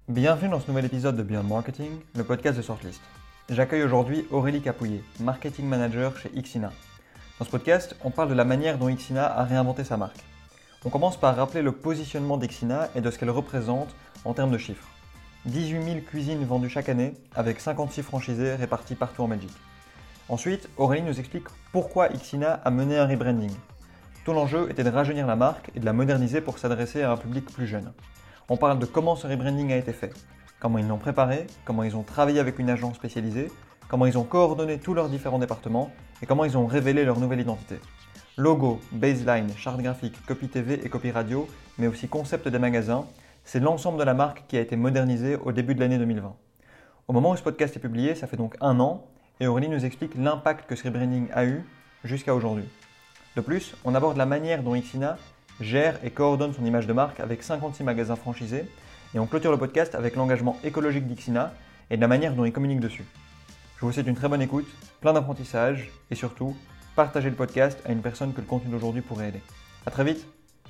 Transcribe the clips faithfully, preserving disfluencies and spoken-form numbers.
Bienvenue dans ce nouvel épisode de Beyond Marketing, le podcast de Shortlist. J'accueille aujourd'hui Aurélie Capouillet, Marketing Manager chez Ixina. Dans ce podcast, on parle de la manière dont Ixina a réinventé sa marque. On commence par rappeler le positionnement d'Ixina et de ce qu'elle représente en termes de chiffres. dix-huit mille cuisines vendues chaque année, avec cinquante-six franchisés répartis partout en Belgique. Ensuite, Aurélie nous explique pourquoi Ixina a mené un rebranding. Tout l'enjeu était de rajeunir la marque et de la moderniser pour s'adresser à un public plus jeune. On parle de comment ce rebranding a été fait, comment ils l'ont préparé, comment ils ont travaillé avec une agence spécialisée, comment ils ont coordonné tous leurs différents départements et comment ils ont révélé leur nouvelle identité. Logo, baseline, charte graphique, copy T V et copy radio, mais aussi concept des magasins, c'est l'ensemble de la marque qui a été modernisé au début de l'année deux mille vingt. Au moment où ce podcast est publié, ça fait donc un an, et Aurélie nous explique l'impact que ce rebranding a eu jusqu'à aujourd'hui. De plus, on aborde la manière dont Ixina gère et coordonne son image de marque avec cinquante-six magasins franchisés, et on clôture le podcast avec l'engagement écologique d'Ixina et de la manière dont il communique dessus. Je vous souhaite une très bonne écoute, plein d'apprentissage, et surtout, partagez le podcast à une personne que le contenu d'aujourd'hui pourrait aider. A très vite.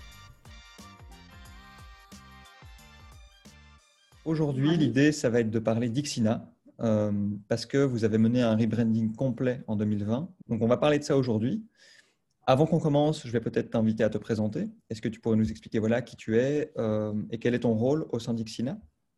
Aujourd'hui, l'idée, ça va être de parler d'Ixina, euh, parce que vous avez mené un rebranding complet en deux mille vingt. Donc, on va parler de ça aujourd'hui. Avant qu'on commence, je vais peut-être t'inviter à te présenter. Est-ce que tu pourrais nous expliquer voilà, qui tu es euh, et quel est ton rôle au sein d'Ixina?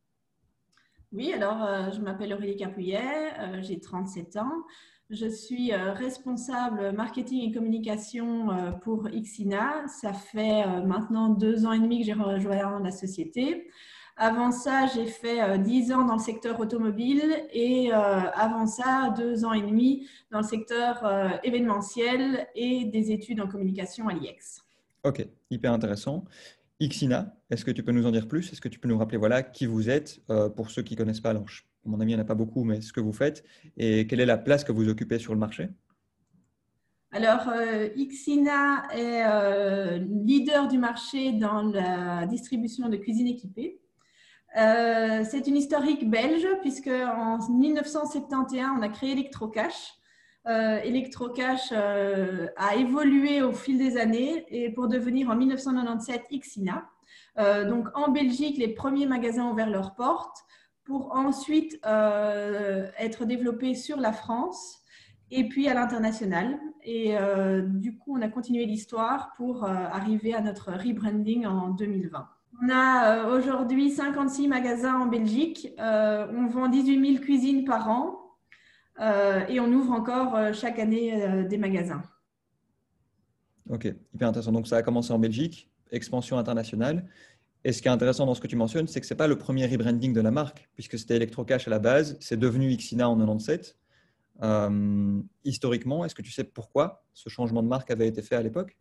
Oui, alors euh, je m'appelle Aurélie Capouillet, euh, j'ai trente-sept ans. Je suis euh, responsable marketing et communication euh, pour Ixina. Ça fait euh, maintenant deux ans et demi que j'ai rejoint la société. Avant ça, j'ai fait euh, dix ans dans le secteur automobile et euh, avant ça, deux ans et demi dans le secteur euh, événementiel et des études en communication à l'I E X. Ok, hyper intéressant. Ixina, est-ce que tu peux nous en dire plus? Est-ce que tu peux nous rappeler voilà, qui vous êtes euh, pour ceux qui ne connaissent pas? Alors, je, mon ami, il n'y en a pas beaucoup, mais ce que vous faites et quelle est la place que vous occupez sur le marché? Alors, euh, Ixina est euh, leader du marché dans la distribution de cuisine équipée. Euh, c'est une historique belge puisque en mille neuf cent soixante et onze, on a créé Electrocash. Euh, Electrocash euh, a évolué au fil des années et pour devenir en mille neuf cent quatre-vingt-dix-sept Ixina. Euh, donc, en Belgique, les premiers magasins ont ouvert leurs portes pour ensuite euh, être développés sur la France et puis à l'international. Et euh, du coup, on a continué l'histoire pour euh, arriver à notre rebranding en deux mille vingt. On a euh, aujourd'hui cinquante-six magasins en Belgique. Euh, on vend dix-huit mille cuisines par an euh, et on ouvre encore euh, chaque année euh, des magasins. Ok, hyper intéressant. Donc, ça a commencé en Belgique, expansion internationale. Et ce qui est intéressant dans ce que tu mentionnes, c'est que ce n'est pas le premier rebranding de la marque, puisque c'était Electrocash à la base, c'est devenu Ixina en quatre-vingt-dix-sept. Euh, historiquement, est-ce que tu sais pourquoi ce changement de marque avait été fait à l'époque?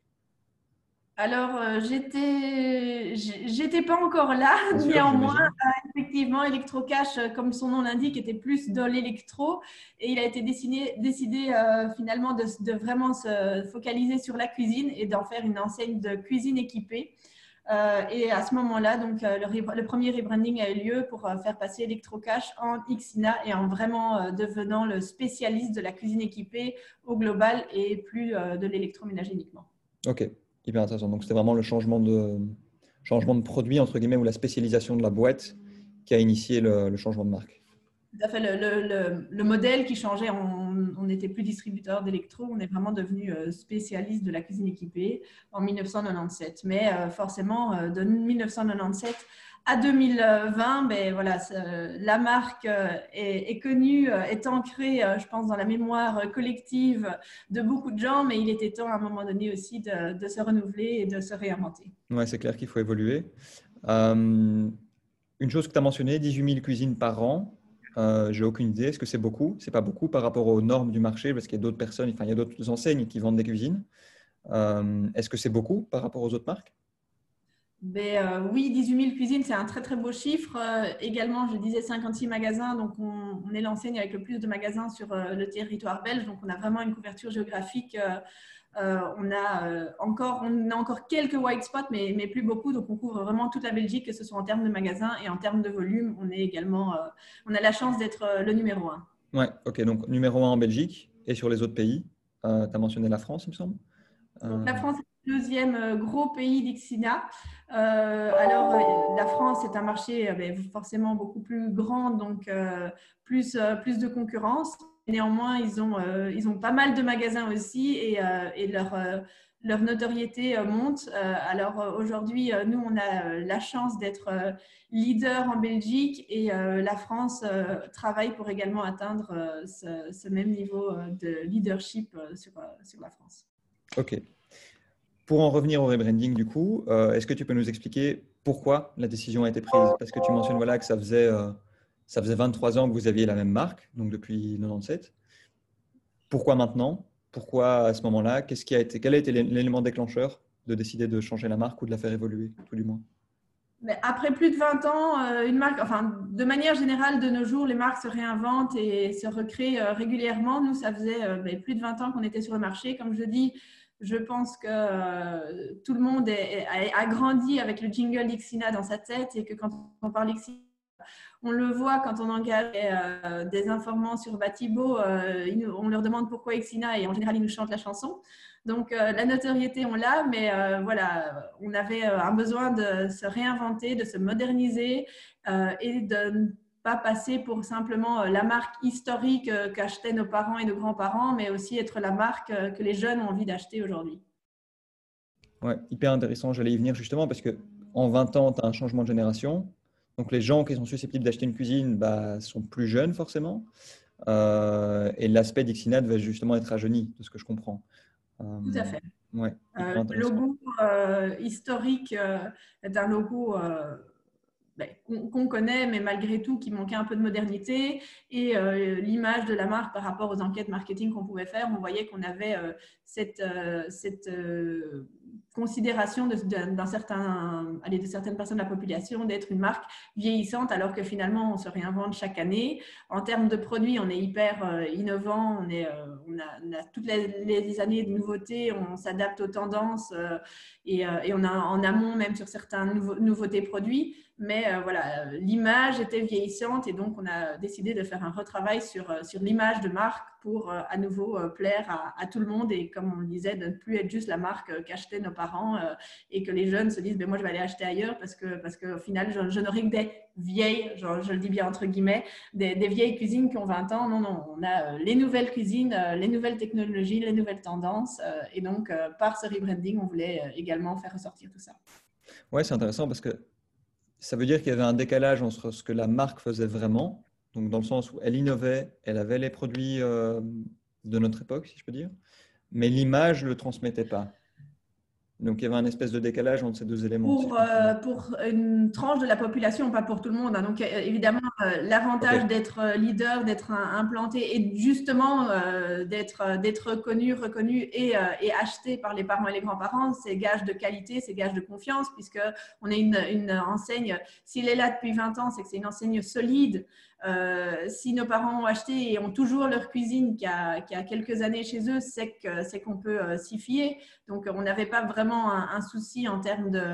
Alors, euh, j'étais, j'étais pas encore là. Bien sûr, Néanmoins, j'imagine. euh, effectivement, Electrocash, euh, comme son nom l'indique, était plus dans l'électro et il a été décidé, décidé euh, finalement de, de vraiment se focaliser sur la cuisine et d'en faire une enseigne de cuisine équipée. Euh, et à ce moment-là, donc, euh, le, le premier rebranding a eu lieu pour euh, faire passer Electrocash en Ixina et en vraiment euh, devenant le spécialiste de la cuisine équipée au global et plus euh, de l'électroménager uniquement. Ok, hyper intéressant. Donc, c'était vraiment le changement de, changement de produit, entre guillemets, ou la spécialisation de la boîte qui a initié le, le changement de marque. Tout à fait, le, le, le, le modèle qui changeait, on n'était plus distributeur d'électro, on est vraiment devenu euh, spécialiste de la cuisine équipée en mille neuf cent quatre-vingt-dix-sept. Mais euh, forcément, euh, de mille neuf cent quatre-vingt-dix-sept à deux mille vingt, ben, voilà, la marque euh, est, est connue, euh, est ancrée, euh, je pense, dans la mémoire collective de beaucoup de gens, mais il était temps à un moment donné aussi de, de se renouveler et de se réinventer. Ouais, c'est clair qu'il faut évoluer. Euh, une chose que tu as mentionnée, dix-huit mille cuisines par an. Euh, j'ai aucune idée. Est-ce que c'est beaucoup? C'est pas beaucoup par rapport aux normes du marché, parce qu'il y a d'autres personnes, enfin, il y a d'autres enseignes qui vendent des cuisines. Euh, est-ce que c'est beaucoup par rapport aux autres marques? Ben, euh, oui, dix-huit mille cuisines, c'est un très très beau chiffre. Euh, également, je disais cinquante-six magasins, donc on, on est l'enseigne avec le plus de magasins sur euh, le territoire belge, donc on a vraiment une couverture géographique. Euh, euh, on, a, euh, encore, on a encore quelques white spots, mais, mais plus beaucoup, donc on couvre vraiment toute la Belgique, que ce soit en termes de magasins et en termes de volume. On est également, euh, on a la chance d'être euh, le numéro un. Ouais, ok. Donc, numéro un en Belgique et sur les autres pays. Euh, tu as mentionné la France, il me semble. Donc Euh, la France deuxième gros pays d'Ixina. Euh, alors, la France est un marché euh, forcément beaucoup plus grand, donc euh, plus, euh, plus de concurrence. Néanmoins, ils ont, euh, ils ont pas mal de magasins aussi et, euh, et leur, euh, leur notoriété euh, monte. Euh, alors, euh, aujourd'hui, euh, nous, on a euh, la chance d'être euh, leader en Belgique et euh, la France euh, travaille pour également atteindre euh, ce, ce même niveau euh, de leadership euh, sur, euh, sur la France. Ok. Pour en revenir au rebranding, du coup, euh, est-ce que tu peux nous expliquer pourquoi la décision a été prise? Parce que tu mentionnes voilà, que ça faisait, euh, ça faisait vingt-trois ans que vous aviez la même marque, donc depuis quatre-vingt-dix-sept. Pourquoi maintenant? Pourquoi à ce moment-là? Qu'est-ce qui a été, quel a été l'élément déclencheur de décider de changer la marque ou de la faire évoluer, tout du moins? Mais après plus de vingt ans, euh, une marque, enfin, de manière générale, de nos jours, les marques se réinventent et se recréent euh, régulièrement. Nous, ça faisait euh, ben, plus de vingt ans qu'on était sur le marché. Comme je dis, je pense que euh, tout le monde est, a, a grandi avec le jingle Ixina dans sa tête et que quand on parle Ixina, on le voit quand on engage euh, des informants sur Batibo, euh, nous, on leur demande pourquoi Ixina et en général, ils nous chantent la chanson. Donc, euh, la notoriété, on l'a, mais euh, voilà, on avait euh, un besoin de se réinventer, de se moderniser euh, et de ne pas passer pour simplement euh, la marque historique euh, qu'achetaient nos parents et nos grands-parents, mais aussi être la marque euh, que les jeunes ont envie d'acheter aujourd'hui. Ouais, hyper intéressant. J'allais y venir justement parce que en vingt ans, tu as un changement de génération. Donc, les gens qui sont susceptibles d'acheter une cuisine bah, sont plus jeunes forcément. Euh, et l'aspect d'Ixina devait justement être rajeuni, de ce que je comprends. Euh, Tout à fait. ouais, hyper Euh, le intéressant. logo euh, historique euh, est un logo euh, ben, qu'on qu'on connaît, mais malgré tout, qui manquait un peu de modernité. Et euh, l'image de la marque par rapport aux enquêtes marketing qu'on pouvait faire, on voyait qu'on avait euh, cette, euh, cette euh, considération de, de, d'un certain, allez, de certaines personnes de la population d'être une marque vieillissante, alors que finalement, on se réinvente chaque année. En termes de produits, on est hyper euh, innovant, on, est, euh, on, a, on a toutes les, les années de nouveautés, on s'adapte aux tendances euh, et, euh, et on a en amont même sur certains nouveaux, nouveautés produits. Mais euh, voilà, l'image était vieillissante et donc on a décidé de faire un retravail sur, euh, sur l'image de marque pour euh, à nouveau euh, plaire à, à tout le monde et comme on le disait, de ne plus être juste la marque euh, qu'achetaient nos parents euh, et que les jeunes se disent ben, moi je vais aller acheter ailleurs parce que parce qu'au final je, je n'aurai que des vieilles, genre, je le dis bien entre guillemets, des, des vieilles cuisines qui ont vingt ans. Non, non, on a euh, les nouvelles cuisines, euh, les nouvelles technologies, les nouvelles tendances euh, et donc euh, par ce rebranding, on voulait euh, également faire ressortir tout ça. Ouais, c'est intéressant parce que ça veut dire qu'il y avait un décalage entre ce que la marque faisait vraiment, donc dans le sens où elle innovait, elle avait les produits euh, de notre époque, si je peux dire, mais l'image ne le transmettait pas. Donc il y avait un espèce de décalage entre ces deux éléments, si je Pour, comprends bien. euh, pour une tranche de la population, pas pour tout le monde, hein. Donc, euh, évidemment, euh, Ok, l'avantage d'être euh, leader, d'être un- implanté et justement euh, d'être euh, d'être connu, reconnu et, euh, et acheté par les parents et les grands-parents, c'est gage de qualité, c'est gage de confiance, puisque on est une, une enseigne, s'il est là depuis vingt ans, c'est que c'est une enseigne solide. Euh, si nos parents ont acheté et ont toujours leur cuisine qui a, qui a quelques années chez eux, c'est que, c'est qu'on peut euh, s'y fier. Donc, on n'avait pas vraiment un, un souci en termes de,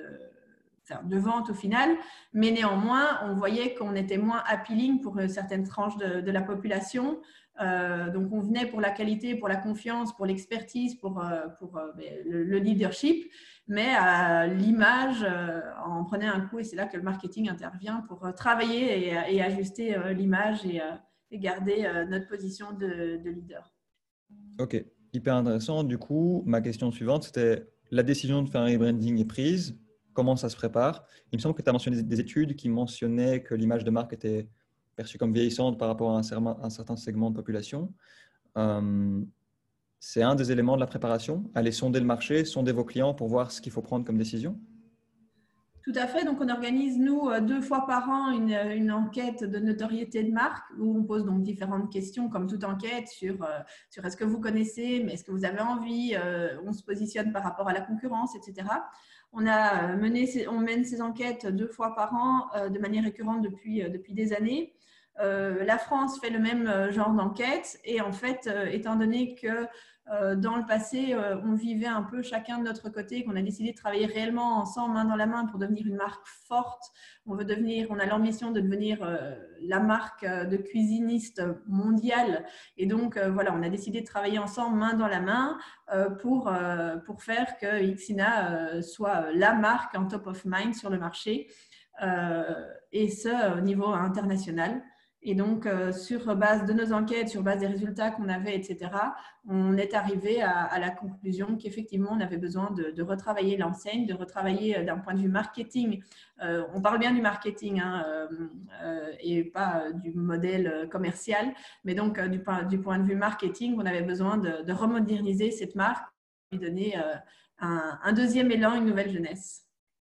enfin, de vente au final, mais néanmoins, on voyait qu'on était moins appealing pour certaines tranches de, de la population. Euh, donc, on venait pour la qualité, pour la confiance, pour l'expertise, pour, euh, pour euh, le, le leadership, mais à l'image, euh, on prenait un coup et c'est là que le marketing intervient pour euh, travailler et, et ajuster euh, l'image et, euh, et garder euh, notre position de, de leader. ok, hyper intéressant. Du coup, ma question suivante, c'était la décision de faire un rebranding est prise, comment ça se prépare? Il me semble que tu as mentionné des études qui mentionnaient que l'image de marque était perçue comme vieillissante par rapport à un, certain- un certain segment de population. Euh, c'est un des éléments de la préparation, aller sonder le marché, sonder vos clients pour voir ce qu'il faut prendre comme décision. Tout à fait. Donc, on organise, nous, euh, deux fois par an, une, une enquête de notoriété de marque où on pose donc différentes questions, comme toute enquête, sur, euh, sur est-ce que vous connaissez, mais est-ce que vous avez envie, euh, on se positionne par rapport à la concurrence, et cetera. On, a mené, on mène ces enquêtes deux fois par an euh, de manière récurrente depuis, euh, depuis des années. Euh, la France fait le même euh, genre d'enquête et en fait, euh, étant donné que euh, dans le passé, euh, on vivait un peu chacun de notre côté, qu'on a décidé de travailler réellement ensemble, main dans la main, pour devenir une marque forte. On veut devenir, on a l'ambition de devenir euh, la marque euh, de cuisiniste mondiale. Et donc, euh, voilà, on a décidé de travailler ensemble, main dans la main, euh, pour, euh, pour faire que Ixina euh, soit la marque en top of mind sur le marché, euh, et ce, au niveau international. Et donc, euh, sur base de nos enquêtes, sur base des résultats qu'on avait, et cetera, on est arrivé à, à la conclusion qu'effectivement, on avait besoin de, de retravailler l'enseigne, de retravailler d'un point de vue marketing. Euh, on parle bien du marketing, hein, euh, euh, et pas du modèle commercial, mais donc euh, du, point, du point de vue marketing, on avait besoin de, de remoderniser cette marque, lui donner euh, un, un deuxième élan, une nouvelle jeunesse.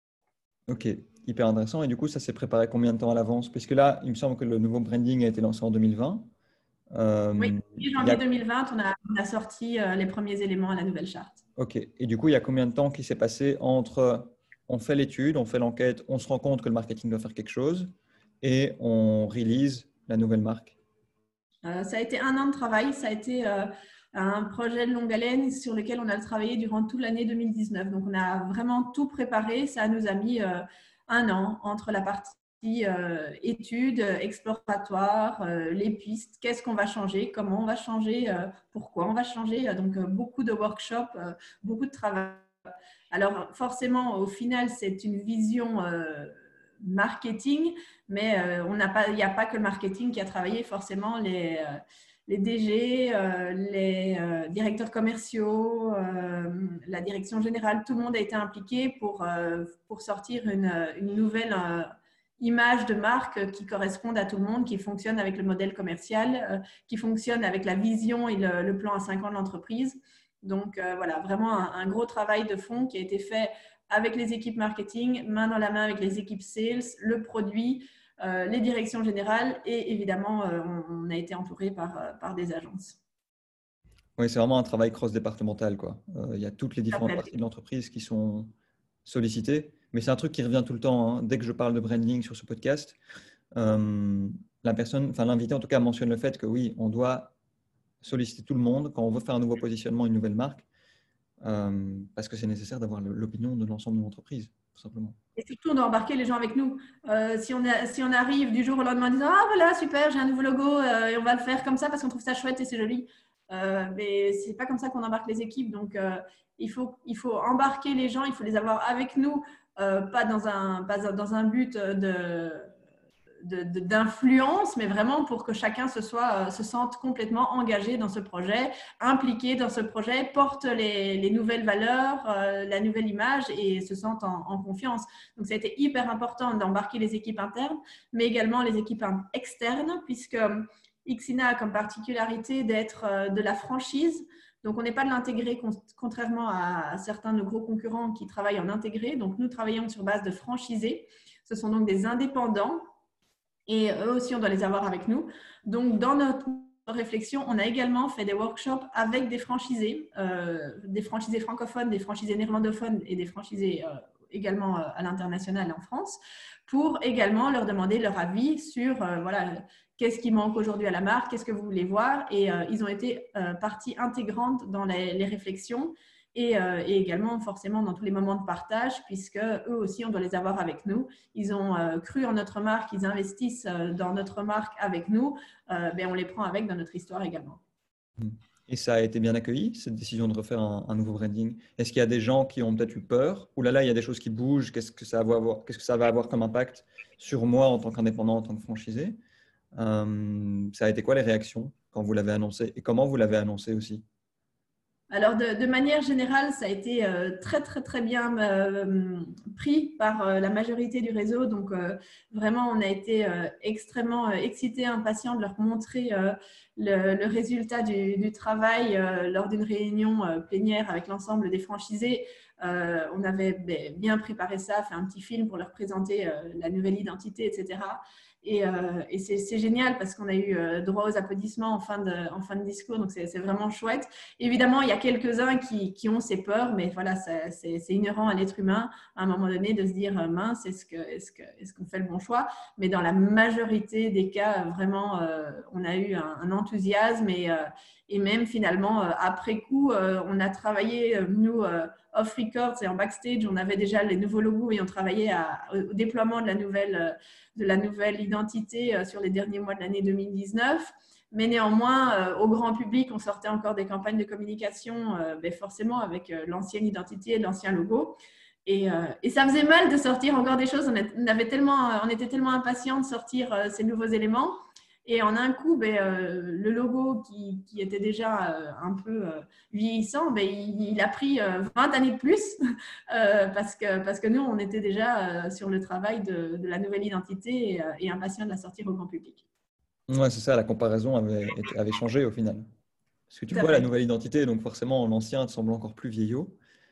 Ok, hyper intéressant. Et du coup, ça s'est préparé combien de temps à l'avance? Puisque là, il me semble que le nouveau branding a été lancé en deux mille vingt. Oui, Euh, il y janvier a... deux mille vingt, on a, on a sorti euh, les premiers éléments à la nouvelle charte. Ok. Et du coup, il y a combien de temps qui s'est passé entre on fait l'étude, on fait l'enquête, on se rend compte que le marketing doit faire quelque chose et on release la nouvelle marque? Euh, ça a été un an de travail, ça a été euh, un projet de longue haleine sur lequel on a travaillé durant toute l'année deux mille dix-neuf. Donc, on a vraiment tout préparé. Ça nous a mis euh, un an entre la partie euh, études, exploratoire, euh, les pistes, qu'est-ce qu'on va changer, comment on va changer, euh, pourquoi on va changer. Donc, euh, beaucoup de workshops, euh, beaucoup de travail. Alors, forcément, au final, c'est une vision euh, marketing, mais euh, on n'a pas, il n'y a pas que le marketing qui a travaillé. Forcément, les, euh, les D G, euh, les euh, directeurs commerciaux, euh, la direction générale, tout le monde a été impliqué pour, euh, pour sortir une, une nouvelle euh, image de marque qui corresponde à tout le monde, qui fonctionne avec le modèle commercial, euh, qui fonctionne avec la vision et le, le plan à cinq ans de l'entreprise. Donc, euh, voilà, vraiment un, un gros travail de fond qui a été fait avec les équipes marketing, main dans la main avec les équipes sales, le produit, euh, les directions générales et évidemment, euh, on, on a été entouré par, euh, par des agences. Oui, c'est vraiment un travail cross-départemental, quoi. Euh, il y a toutes les Ça différentes fait. parties de l'entreprise qui sont sollicitées, mais c'est un truc qui revient tout le temps, hein. Dès que je parle de branding sur ce podcast, euh, la personne, enfin l'invité en tout cas mentionne le fait que oui, on doit solliciter tout le monde quand on veut faire un nouveau positionnement, une nouvelle marque, euh, parce que c'est nécessaire d'avoir le- l'opinion de l'ensemble de l'entreprise, tout simplement. Et surtout, on doit embarquer les gens avec nous. Euh, si, on a, si on arrive du jour au lendemain en disant ah voilà, super, j'ai un nouveau logo euh, et on va le faire comme ça parce qu'on trouve ça chouette et c'est joli. Euh, mais c'est pas comme ça qu'on embarque les équipes. Donc, euh, il, faut, il faut embarquer les gens, il faut les avoir avec nous, euh, pas, dans un, pas dans un but de d'influence, mais vraiment pour que chacun se, soit, se sente complètement engagé dans ce projet, impliqué dans ce projet, porte les, les nouvelles valeurs, euh, la nouvelle image et se sente en, en confiance. Donc, ça a été hyper important d'embarquer les équipes internes, mais également les équipes externes, puisque Ixina a comme particularité d'être de la franchise. Donc, on n'est pas de l'intégré, contrairement à certains de nos gros concurrents qui travaillent en intégré. Donc, nous travaillons sur base de franchisés. Ce sont donc des indépendants et eux aussi, on doit les avoir avec nous. Donc, dans notre réflexion, on a également fait des workshops avec des franchisés, euh, des franchisés francophones, des franchisés néerlandophones et des franchisés euh, également euh, à l'international en France, pour également leur demander leur avis sur euh, voilà, qu'est-ce qui manque aujourd'hui à la marque, qu'est-ce que vous voulez voir. Et euh, ils ont été euh, partie intégrante dans les, les réflexions. Et, euh, et également forcément dans tous les moments de partage, puisque eux aussi, on doit les avoir avec nous. Ils ont euh, cru en notre marque, ils investissent euh, dans notre marque avec nous, euh, ben, on les prend avec dans notre histoire également. Et ça a été bien accueilli, cette décision de refaire un, un nouveau branding? Est-ce qu'il y a des gens qui ont peut-être eu peur? Ou là là, il y a des choses qui bougent, qu'est-ce que ça va avoir, qu'est-ce que ça va avoir comme impact sur moi en tant qu'indépendant, en tant que franchisé? Euh, ça a été quoi les réactions quand vous l'avez annoncé et comment vous l'avez annoncé aussi? Alors, de, de manière générale, ça a été euh, très, très, très bien euh, pris par euh, la majorité du réseau. Donc, euh, vraiment, on a été euh, extrêmement euh, excités, impatients de leur montrer euh, le, le résultat du, du travail euh, lors d'une réunion euh, plénière avec l'ensemble des franchisés. Euh, on avait bien préparé ça, fait un petit film pour leur présenter euh, la nouvelle identité, et cetera. Et, euh, et c'est, c'est génial parce qu'on a eu euh, droit aux applaudissements en fin de, en fin de discours, donc c'est, c'est vraiment chouette. Évidemment, il y a quelques-uns qui, qui ont ces peurs, mais voilà, c'est, c'est, c'est inhérent à l'être humain à un moment donné de se dire euh, mince, est-ce, que, est-ce, que, est-ce qu'on fait le bon choix? Mais dans la majorité des cas, vraiment, euh, on a eu un, un enthousiasme et, euh, et même finalement, euh, après coup, euh, on a travaillé, euh, nous, euh, off-records et en backstage, on avait déjà les nouveaux logos et on travaillait à, au déploiement de la nouvelle, euh, de la nouvelle identité euh, sur les derniers mois de l'année deux mille dix-neuf. Mais néanmoins, euh, au grand public, on sortait encore des campagnes de communication, euh, ben forcément avec euh, l'ancienne identité et l'ancien logo. Et, euh, et ça faisait mal de sortir encore des choses. On, est, on, avait tellement, on était tellement impatients de sortir euh, ces nouveaux éléments. Et en un coup, ben, euh, le logo qui, qui était déjà euh, un peu euh, vieillissant, ben, il, il a pris euh, vingt années de plus euh, parce, que, parce que nous, on était déjà euh, sur le travail de, de la nouvelle identité et, euh, et impatients de la sortir au grand public. Ouais, c'est ça, la comparaison avait, été- avait changé au final. Parce que tu Tout à vois la fait. nouvelle identité, donc forcément l'ancien te semble encore plus vieillot.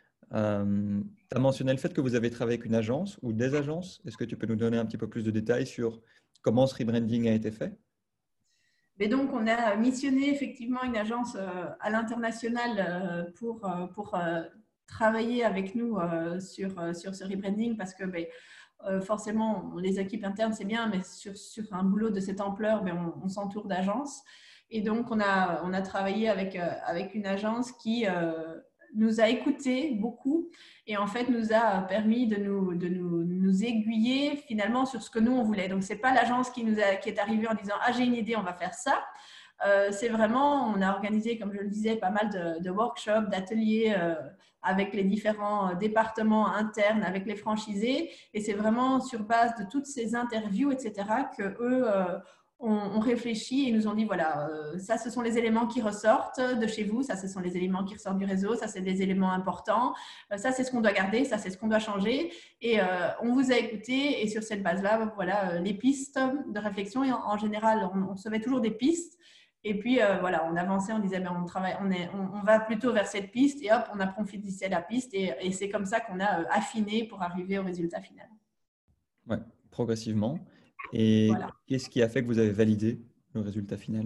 Euh, tu as mentionné le fait que vous avez travaillé avec une agence ou des agences. Est-ce que tu peux nous donner un petit peu plus de détails sur comment ce rebranding a été fait? Mais donc, on a missionné effectivement une agence euh, à l'international euh, pour, euh, pour euh, travailler avec nous euh, sur, euh, sur ce rebranding parce que ben, euh, forcément, les équipes internes, c'est bien, mais sur, sur un boulot de cette ampleur, ben, on, on s'entoure d'agences. Et donc, on a, on a travaillé avec, euh, avec une agence qui euh, nous a écoutés beaucoup et en fait nous a permis de nous, de nous, nous aiguiller finalement sur ce que nous, on voulait. Donc, ce n'est pas l'agence qui, nous a, qui est arrivée en disant « Ah, j'ai une idée, on va faire ça ». Euh, c'est vraiment, on a organisé, comme je le disais, pas mal de, de workshops, d'ateliers euh, avec les différents départements internes, avec les franchisés. Et c'est vraiment sur base de toutes ces interviews, et cetera, qu'eux euh, ont, ont réfléchi et nous ont dit, voilà, euh, ça, ce sont les éléments qui ressortent de chez vous, ça, ce sont les éléments qui ressortent du réseau, ça, c'est des éléments importants, euh, ça, c'est ce qu'on doit garder, ça, c'est ce qu'on doit changer. Et euh, on vous a écouté et sur cette base-là, voilà, euh, les pistes de réflexion. Et en, en général, on, on recevait toujours des pistes. Et puis, euh, voilà, on avançait, on disait, ben, on, travaille, on, est, on, on va plutôt vers cette piste et hop, on approfondissait la piste et, et c'est comme ça qu'on a euh, affiné pour arriver au résultat final. Ouais, progressivement. Et Voilà. qu'est-ce qui a fait que vous avez validé le résultat final?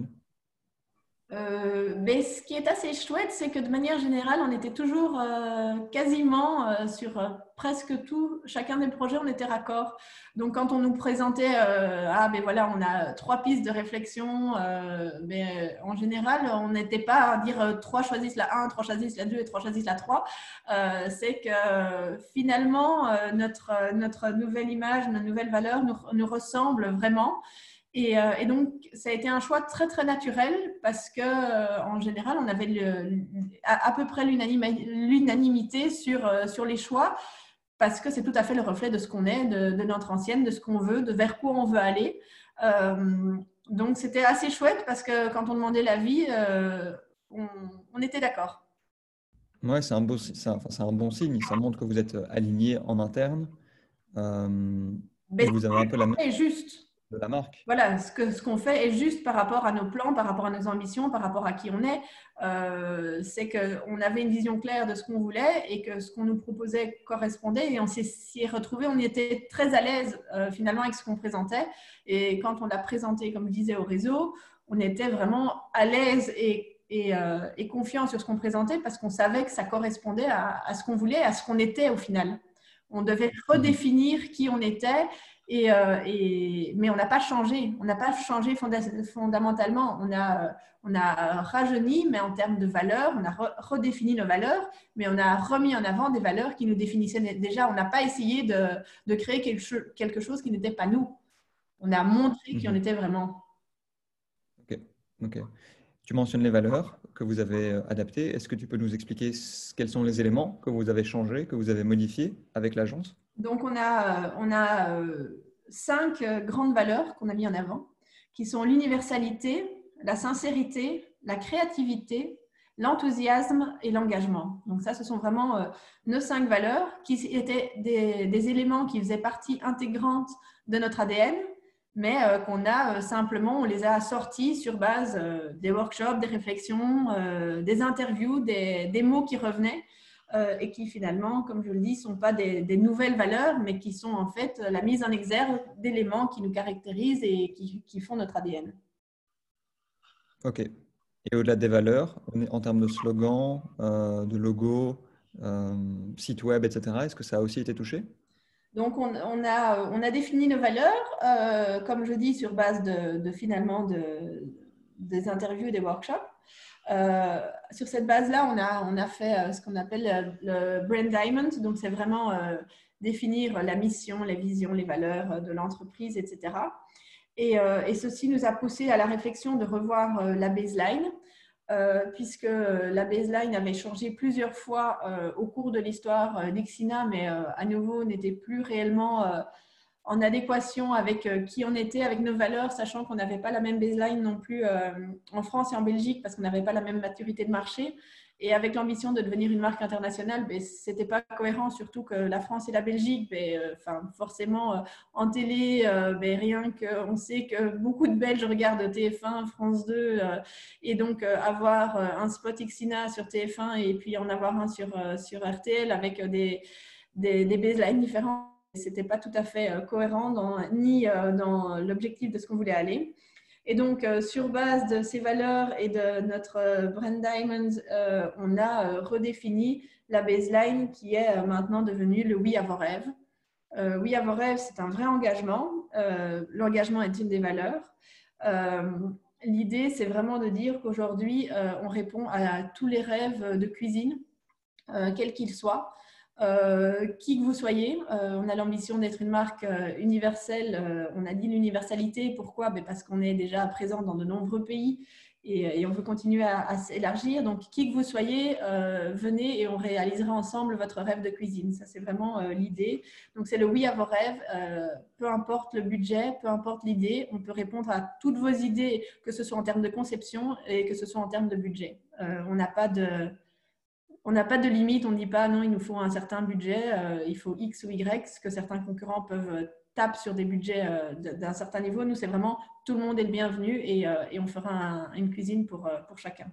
Euh, mais ce qui est assez chouette, c'est que de manière générale, on était toujours euh, quasiment euh, sur euh, presque tout, chacun des projets, on était raccord. Donc, quand on nous présentait, euh, ah ben voilà, on a trois pistes de réflexion, euh, mais en général, on n'était pas à dire euh, trois choisissent la un, trois choisissent la deux et trois choisissent la trois. Euh, c'est que euh, finalement, euh, notre, notre nouvelle image, notre nouvelle valeur nous, nous ressemble vraiment. Et, euh, et donc, ça a été un choix très, très naturel parce que, euh, en général, on avait le, à, à peu près l'unanimité sur, euh, sur les choix parce que c'est tout à fait le reflet de ce qu'on est, de, de notre ancienne, de ce qu'on veut, de vers quoi on veut aller. Euh, donc, c'était assez chouette parce que quand on demandait l'avis, euh, on, on était d'accord. Ouais, c'est un beau, si- c'est un, enfin, c'est un bon signe. Ça montre que vous êtes aligné en interne euh, Mais et vous avez un peu la même c'est juste. de la marque. Voilà, ce que ce qu'on fait est juste par rapport à nos plans, par rapport à nos ambitions, par rapport à qui on est. Euh, c'est qu'on avait une vision claire de ce qu'on voulait et que ce qu'on nous proposait correspondait et on s'y est retrouvés. On était très à l'aise euh, finalement avec ce qu'on présentait. Et quand on l'a présenté, comme je disais, au réseau, on était vraiment à l'aise et, et, euh, et confiant sur ce qu'on présentait parce qu'on savait que ça correspondait à, à ce qu'on voulait, à ce qu'on était au final. On devait Mhm. redéfinir qui on était. Et, euh, et, mais on n'a pas changé, on n'a pas changé fonda fondamentalement. On a, on a rajeuni, mais en termes de valeurs, on a re redéfini nos valeurs, mais on a remis en avant des valeurs qui nous définissaient déjà. On n'a pas essayé de, de créer quelque, cho quelque chose qui n'était pas nous. On a montré qui on Mhm. était vraiment. Ok, ok. Tu mentionnes les valeurs que vous avez euh, adaptées. Est-ce que tu peux nous expliquer ce- quels sont les éléments que vous avez changés, que vous avez modifiés avec l'agence? Donc, on a, on a euh, cinq euh, grandes valeurs qu'on a mis en avant, qui sont l'universalité, la sincérité, la créativité, l'enthousiasme et l'engagement. Donc ça, ce sont vraiment euh, nos cinq valeurs qui étaient des, des éléments qui faisaient partie intégrante de notre A D N, mais euh, qu'on a euh, simplement, on les a assortis sur base euh, des workshops, des réflexions, euh, des interviews, des, des mots qui revenaient euh, et qui finalement, comme je le dis, ne sont pas des, des nouvelles valeurs, mais qui sont en fait la mise en exergue d'éléments qui nous caractérisent et qui, qui font notre A D N. Ok. Et au-delà des valeurs, on est- en termes de slogan, euh, de logo, euh, site web, et cetera, est-ce que ça a aussi été touché? Donc, on, on, a, on a défini nos valeurs, euh, comme je dis, sur base de, de finalement de, des interviews et des workshops. Euh, sur cette base-là, on a, on a fait euh, ce qu'on appelle le, le Brand Diamond. Donc, c'est vraiment euh, définir la mission, les visions, les valeurs de l'entreprise, et cetera. Et, euh, et ceci nous a poussé à la réflexion de revoir euh, la baseline. Euh, puisque la baseline avait changé plusieurs fois euh, au cours de l'histoire euh, d'Ixina, mais euh, à nouveau n'était plus réellement euh, en adéquation avec euh, qui on était, avec nos valeurs, sachant qu'on n'avait pas la même baseline non plus euh, en France et en Belgique parce qu'on n'avait pas la même maturité de marché. Et avec l'ambition de devenir une marque internationale, ben, ce n'était pas cohérent, surtout que la France et la Belgique, ben, euh, enfin, forcément, euh, en télé, euh, ben, rien qu'on sait que beaucoup de Belges regardent T F un, France deux, euh, et donc euh, avoir euh, un spot Ixina sur T F un et puis en avoir un sur, euh, sur R T L avec des, des, des baselines différentes, c'était pas tout à fait euh, cohérent dans, ni euh, dans l'objectif de ce qu'on voulait aller. Et donc, euh, sur base de ces valeurs et de notre euh, Brand Diamond, euh, on a euh, redéfini la baseline qui est euh, maintenant devenue le Oui à vos rêves. Euh, oui à vos rêves, c'est un vrai engagement. Euh, L'engagement est une des valeurs. Euh, L'idée, c'est vraiment de dire qu'aujourd'hui, euh, on répond à tous les rêves de cuisine, euh, quels qu'ils soient. Euh, qui que vous soyez, euh, on a l'ambition d'être une marque euh, universelle. Euh, on a dit l'universalité. Pourquoi? Ben parce qu'on est déjà présent dans de nombreux pays et, et on veut continuer à, à s'élargir. Donc, qui que vous soyez, euh, venez et on réalisera ensemble votre rêve de cuisine. Ça, c'est vraiment euh, l'idée. Donc, c'est le oui à vos rêves. Euh, peu importe le budget, peu importe l'idée, on peut répondre à toutes vos idées, que ce soit en termes de conception et que ce soit en termes de budget. Euh, on n'a pas de on n'a pas de limite, on ne dit pas non, il nous faut un certain budget, euh, il faut X ou Y, ce que certains concurrents peuvent euh, taper sur des budgets euh, d'un certain niveau. Nous, c'est vraiment tout le monde est le bienvenu et, euh, et on fera un, une cuisine pour, euh, pour chacun.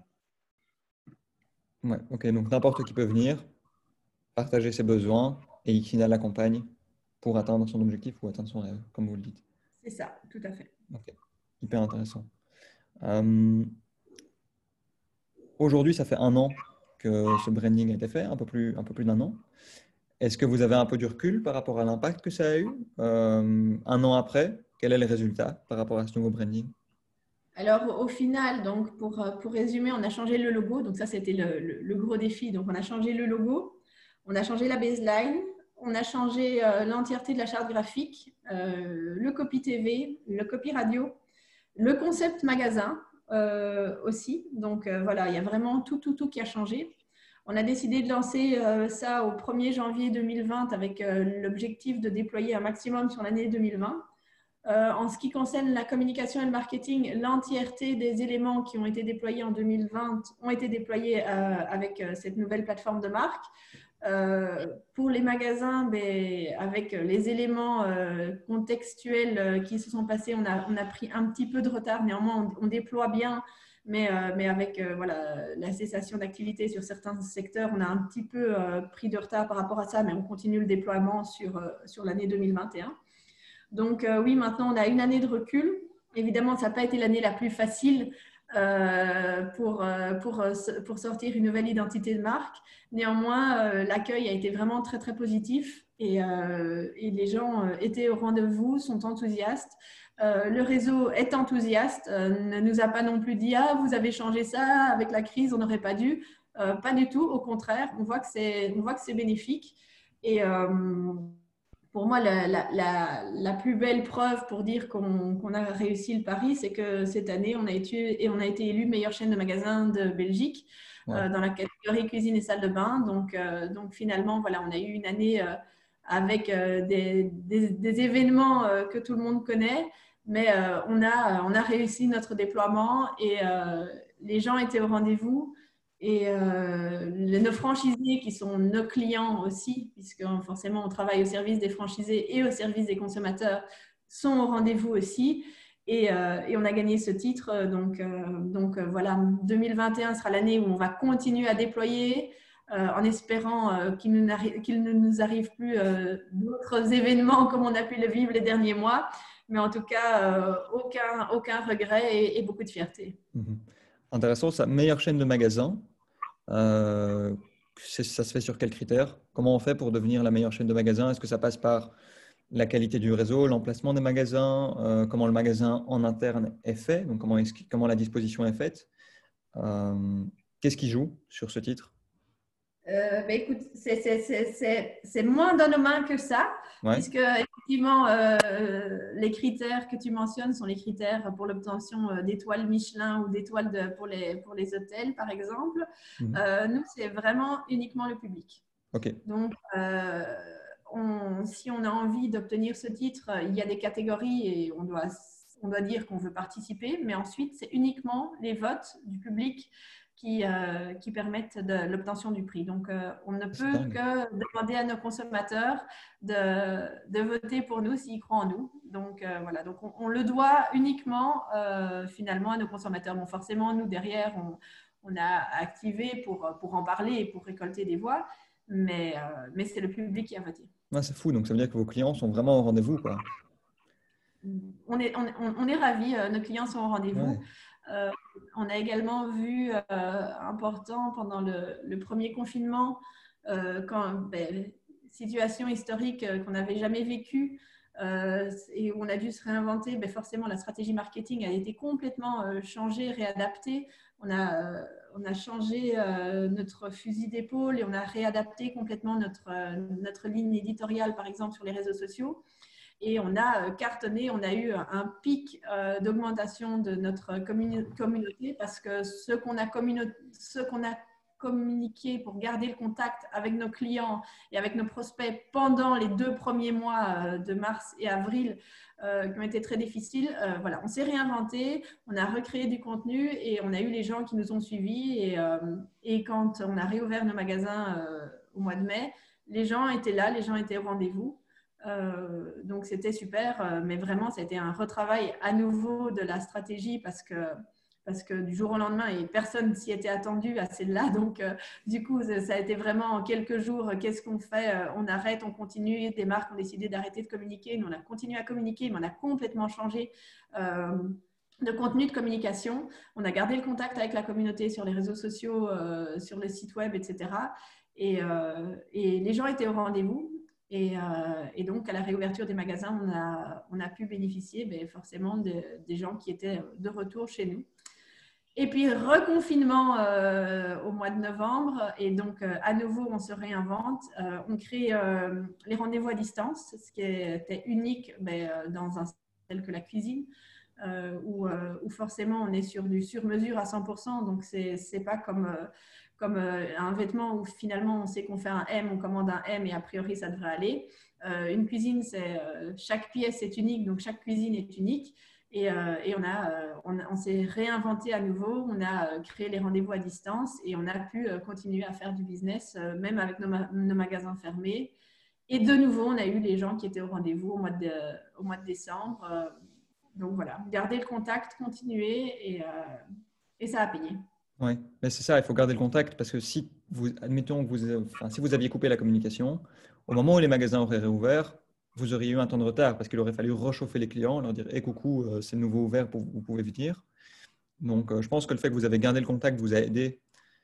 Ouais, ok, donc n'importe qui peut venir, partager ses besoins et Ixina l'accompagne pour atteindre son objectif ou atteindre son rêve, comme vous le dites. C'est ça, tout à fait. Ok, hyper intéressant. Euh, Aujourd'hui, ça fait un an que ce branding a été fait, un peu plus, un peu plus d'un an. Est-ce que vous avez un peu du recul par rapport à l'impact que ça a eu? Euh, un an après, quel est le résultat par rapport à ce nouveau branding? Alors, au final, donc, pour, euh, pour résumer, on a changé le logo. Donc, ça, c'était le, le, le gros défi. Donc, on a changé le logo, on a changé la baseline, on a changé euh, l'entièreté de la charte graphique, euh, le copy T V, le copy radio, le concept magasin euh, aussi. Donc, euh, voilà, il y a vraiment tout, tout, tout qui a changé. On a décidé de lancer euh, ça au premier janvier deux mille vingt avec euh, l'objectif de déployer un maximum sur l'année deux mille vingt. Euh, en ce qui concerne la communication et le marketing, l'entièreté des éléments qui ont été déployés en deux mille vingt ont été déployés euh, avec euh, cette nouvelle plateforme de marque. Euh, pour les magasins, ben, avec les éléments euh, contextuels euh, qui se sont passés, on a, on a pris un petit peu de retard. Néanmoins, on, on déploie bien, mais, euh, mais avec euh, voilà, la cessation d'activité sur certains secteurs, on a un petit peu euh, pris de retard par rapport à ça, mais on continue le déploiement sur, euh, sur l'année deux mille vingt et un. Donc euh, oui, maintenant on a une année de recul. Évidemment, ça n'a pas été l'année la plus facile euh, pour, euh, pour, euh, pour sortir une nouvelle identité de marque. Néanmoins, euh, l'accueil a été vraiment très très positif et, euh, et les gens euh, étaient au rendez-vous, sont enthousiastes. Euh, le réseau est enthousiaste, euh, ne nous a pas non plus dit « Ah, vous avez changé ça, avec la crise, on n'aurait pas dû euh, ». Pas du tout, au contraire, on voit que c'est, on voit que c'est bénéfique. Et, euh, pour moi, la, la, la, la plus belle preuve pour dire qu'on qu'on a réussi le pari, c'est que cette année, on a été, et on a été élu meilleure chaîne de magasins de Belgique Ouais. euh, dans la catégorie cuisine et salle de bain. Donc, euh, donc finalement, voilà, on a eu une année euh, avec euh, des, des, des, événements euh, que tout le monde connaît, mais euh, on, a, on a réussi notre déploiement et euh, les gens étaient au rendez-vous. Et euh, les, nos franchisés, qui sont nos clients aussi, puisque forcément on travaille au service des franchisés et au service des consommateurs, sont au rendez-vous aussi. Et, euh, et on a gagné ce titre. Donc, euh, donc euh, voilà, deux mille vingt et un sera l'année où on va continuer à déployer, euh, en espérant euh, qu'il, ne qu'il ne nous arrive plus euh, d'autres événements comme on a pu le vivre les derniers mois. Mais en tout cas, euh, aucun, aucun regret et, et beaucoup de fierté. Mhm. Intéressant, ça. Meilleure chaîne de magasins, euh, c'est- ça se fait sur quels critères? Comment on fait pour devenir la meilleure chaîne de magasins? Est-ce que ça passe par la qualité du réseau, l'emplacement des magasins, euh, comment le magasin en interne est fait, donc comment, est-ce qu'il- comment la disposition est faite? Euh, qu'est-ce qui joue sur ce titre? Euh, ben écoute, c'est, c'est, c'est, c'est, c'est moins dans nos mains que ça, Ouais. puisque effectivement, euh, les critères que tu mentionnes sont les critères pour l'obtention euh, d'étoiles Michelin ou d'étoiles de, pour, les, pour les hôtels, par exemple. Mhm. Euh, nous, c'est vraiment uniquement le public. Ok. Donc, euh, on, si on a envie d'obtenir ce titre, il y a des catégories et on doit, on doit dire qu'on veut participer, mais ensuite, c'est uniquement les votes du public qui, euh, qui permettent de l'obtention du prix. Donc, euh, on ne C'est peut dingue. que demander à nos consommateurs de, de voter pour nous s'ils croient en nous. Donc, euh, voilà. Donc, on, on le doit uniquement, euh, finalement, à nos consommateurs. Bon, forcément, nous, derrière, on, on a activé pour, pour en parler et pour récolter des voix, mais, euh, mais c'est le public qui a voté. Ouais, c'est fou, donc ça veut dire que vos clients sont vraiment au rendez-vous, quoi. On est, on, on est ravis, euh, nos clients sont au rendez-vous. Ouais. Euh, on a également vu euh, important pendant le, le premier confinement, euh, quand, ben, situation historique euh, qu'on n'avait jamais vécue euh, et où on a dû se réinventer, ben, forcément la stratégie marketing a été complètement euh, changée, réadaptée. On a, euh, on a changé euh, notre fusil d'épaule et on a réadapté complètement notre, euh, notre ligne éditoriale, par exemple, sur les réseaux sociaux. Et on a cartonné, on a eu un pic euh, d'augmentation de notre communi- communauté parce que ce qu'on a, communi- ce qu'on a communiqué pour garder le contact avec nos clients et avec nos prospects pendant les deux premiers mois euh, de mars et avril euh, qui ont été très difficiles, euh, voilà, on s'est réinventé, on a recréé du contenu et on a eu les gens qui nous ont suivis. Et, euh, et quand on a réouvert nos magasins euh, au mois de mai, les gens étaient là, les gens étaient au rendez-vous. Euh, donc c'était super, euh, mais vraiment ça a été un retravail à nouveau de la stratégie parce que, parce que du jour au lendemain, et personne s'y était attendu à celle-là. Donc euh, du coup, ça a été vraiment en quelques jours, qu'est-ce qu'on fait? On arrête, on continue. Des marques ont décidé d'arrêter de communiquer. Nous, on a continué à communiquer, mais on a complètement changé euh, de contenu de communication. On a gardé le contact avec la communauté sur les réseaux sociaux, euh, sur le site web, et cetera. Et, euh, et les gens étaient au rendez-vous. Et, euh, et donc, à la réouverture des magasins, on a, on a pu bénéficier ben, forcément de, des gens qui étaient de retour chez nous. Et puis, reconfinement euh, au mois de novembre. Et donc, euh, à nouveau, on se réinvente. Euh, on crée euh, les rendez-vous à distance, ce qui était unique ben, dans un tel que la cuisine, euh, où, euh, où forcément, on est sur du sur-mesure à cent pour cent. Donc, ce n'est pas comme... Euh, comme euh, un vêtement où finalement on sait qu'on fait un M, on commande un M et a priori ça devrait aller. Euh, une cuisine, c'est euh, chaque pièce est unique, donc chaque cuisine est unique. Et, euh, et on, a, euh, on, on s'est réinventé à nouveau, on a euh, créé les rendez-vous à distance et on a pu euh, continuer à faire du business, euh, même avec nos, ma nos magasins fermés. Et de nouveau, on a eu les gens qui étaient au rendez-vous au mois de, au mois de décembre. Euh, donc voilà, garder le contact, continuer et, euh, et ça a payé. Oui, mais c'est ça, il faut garder le contact parce que si vous, admettons que vous, enfin, si vous aviez coupé la communication, au moment où les magasins auraient réouvert, vous auriez eu un temps de retard parce qu'il aurait fallu réchauffer les clients, leur dire, hé coucou, euh, c'est nouveau ouvert, vous, vous pouvez venir. Donc, euh, je pense que le fait que vous avez gardé le contact vous a aidé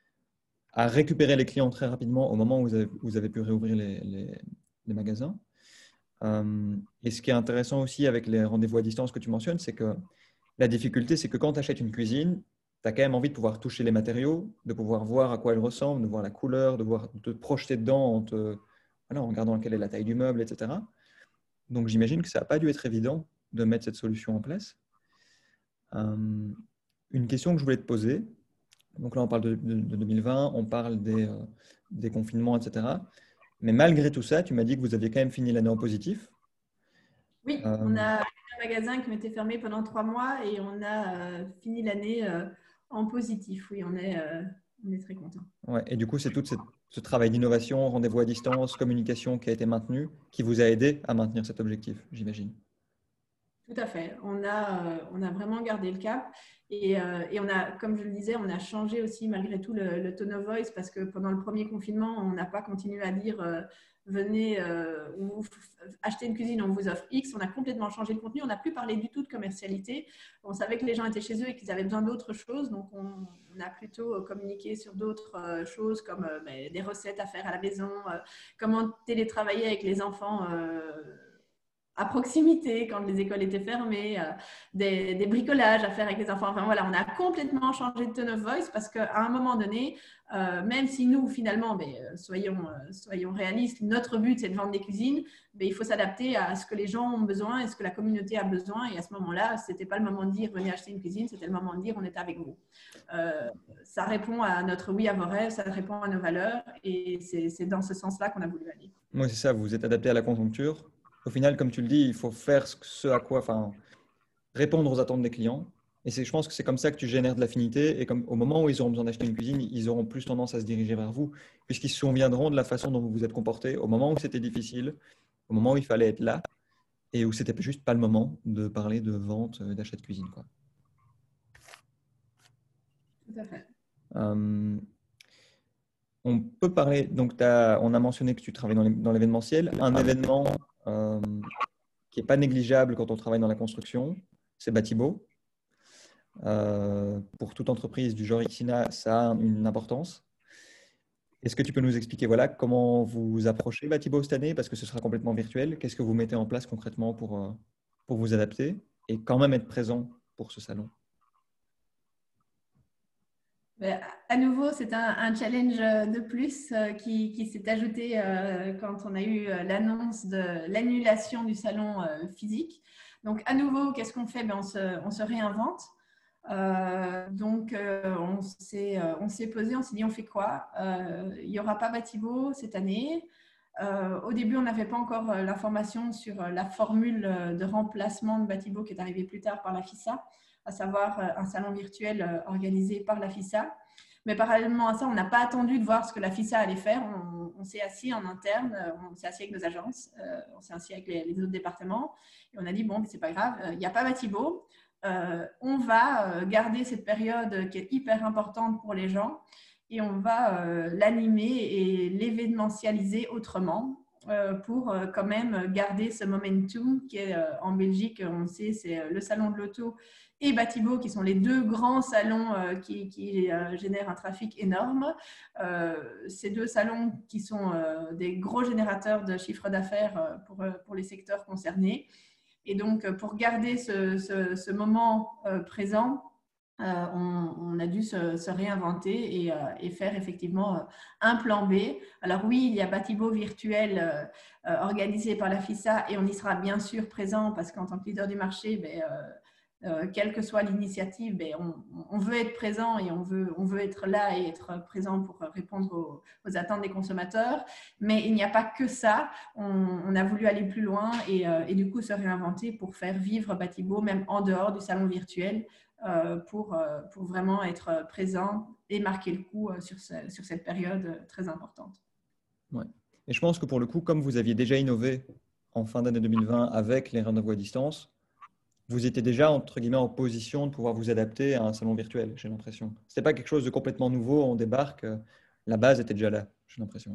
à récupérer les clients très rapidement au moment où vous avez, vous avez pu réouvrir les, les, les magasins. Euh, et ce qui est intéressant aussi avec les rendez-vous à distance que tu mentionnes, c'est que la difficulté, c'est que quand tu achètes une cuisine, tu as quand même envie de pouvoir toucher les matériaux, de pouvoir voir à quoi elles ressemblent, de voir la couleur, de, voir, de te projeter dedans en, te, voilà, en regardant quelle est la taille du meuble, et cetera. Donc j'imagine que ça n'a pas dû être évident de mettre cette solution en place. Euh, une question que je voulais te poser, donc là on parle de, de, de deux mille vingt, on parle des, euh, des confinements, et cetera. Mais malgré tout ça, tu m'as dit que vous aviez quand même fini l'année en positif. Oui, on Euh, a un magasin qui m'était fermé pendant trois mois et on a euh, fini l'année euh, en positif. Oui, on est, euh, on est très content. ouais, et du coup, c'est tout cette- ce travail d'innovation, rendez-vous à distance, communication qui a été maintenu, qui vous a aidé à maintenir cet objectif, j'imagine. Tout à fait. On a, euh, on a vraiment gardé le cap. Et, euh, et on a, comme je le disais, on a changé aussi malgré tout le, le tone of voice parce que pendant le premier confinement, on n'a pas continué à dire euh, venez, euh, vous achetez une cuisine, on vous offre X. On a complètement changé le contenu. On n'a plus parlé du tout de commercialité. On savait que les gens étaient chez eux et qu'ils avaient besoin d'autres choses. Donc, on, on a plutôt communiqué sur d'autres euh, choses comme euh, ben, des recettes à faire à la maison, euh, comment télétravailler avec les enfants. Euh, à proximité quand les écoles étaient fermées, euh, des, des bricolages à faire avec les enfants. Enfin voilà, on a complètement changé de tone of voice parce qu'à un moment donné, euh, même si nous, finalement, ben, soyons, euh, soyons réalistes, notre but c'est de vendre des cuisines, ben, il faut s'adapter à ce que les gens ont besoin et ce que la communauté a besoin. Et à ce moment-là, ce n'était pas le moment de dire venez acheter une cuisine, c'était le moment de dire on est avec vous. Euh, ça répond à notre oui à vos rêves, ça répond à nos valeurs et c'est dans ce sens-là qu'on a voulu aller. Moi, c'est ça, vous vous êtes adapté à la conjoncture. Au final, comme tu le dis, il faut faire ce à quoi, enfin, répondre aux attentes des clients. Et c'est, je pense que c'est comme ça que tu génères de l'affinité. Et comme au moment où ils auront besoin d'acheter une cuisine, ils auront plus tendance à se diriger vers vous, puisqu'ils se souviendront de la façon dont vous vous êtes comporté au moment où c'était difficile, au moment où il fallait être là, et où c'était juste pas le moment de parler de vente, d'achat de cuisine, quoi. Tout à fait. Euh, on peut parler, donc t'as, on a mentionné que tu travailles dans, les, dans l'événementiel. Un événement euh, qui n'est pas négligeable quand on travaille dans la construction, c'est Batibo. Euh, pour toute entreprise du genre Ixina, ça a une importance. Est-ce que tu peux nous expliquer voilà, comment vous approchez Batibo cette année, parce que ce sera complètement virtuel? Qu'est-ce que vous mettez en place concrètement pour, euh, pour vous adapter et quand même être présent pour ce salon? À nouveau, c'est un, un challenge de plus euh, qui, qui s'est ajouté euh, quand on a eu euh, l'annonce de l'annulation du salon euh, physique. Donc, à nouveau, qu'est-ce qu'on fait? Ben, on, se, on se réinvente. Euh, donc, euh, on s'est euh, posé, on s'est dit, on fait quoi? euh, Il n'y aura pas Batibo cette année. Euh, au début, on n'avait pas encore euh, l'information sur euh, la formule euh, de remplacement de Batibo qui est arrivée plus tard par la FISA, à savoir euh, un salon virtuel euh, organisé par la FISA. Mais parallèlement à ça, on n'a pas attendu de voir ce que la FISA allait faire. On, on s'est assis en interne, euh, on s'est assis avec nos agences, euh, on s'est assis avec les, les, autres départements et on a dit, bon, c'est pas grave, il n'y a pas Batibo. Euh, on va euh, garder cette période qui est hyper importante pour les gens et on va euh, l'animer et l'événementialiser autrement euh, pour euh, quand même garder ce momentum qui est euh, en Belgique, on sait, c'est le salon de l'auto et Batibo qui sont les deux grands salons euh, qui, qui euh, génèrent un trafic énorme. Euh, ces deux salons qui sont euh, des gros générateurs de chiffre d'affaires euh, pour, pour les secteurs concernés. Et donc, pour garder ce, ce, ce moment euh, présent, euh, on, on a dû se, se réinventer et, euh, et faire effectivement euh, un plan B. Alors oui, il y a Batibo virtuel euh, euh, organisé par la FISA et on y sera bien sûr présent parce qu'en tant que leader du marché, ben, euh, euh, quelle que soit l'initiative, ben, on, on veut être présent et on veut, on veut être là et être présent pour répondre aux, aux attentes des consommateurs. Mais il n'y a pas que ça. On, on a voulu aller plus loin et, euh, et du coup se réinventer pour faire vivre Batibo même en dehors du salon virtuel euh, pour, euh, pour vraiment être présent et marquer le coup euh, sur, ce, sur cette période très importante. Ouais. Et je pense que pour le coup, comme vous aviez déjà innové en fin d'année deux mille vingt avec les rendez-vous à distance, vous étiez déjà, entre guillemets, en position de pouvoir vous adapter à un salon virtuel, j'ai l'impression. Ce n'était pas quelque chose de complètement nouveau, on débarque, la base était déjà là, j'ai l'impression.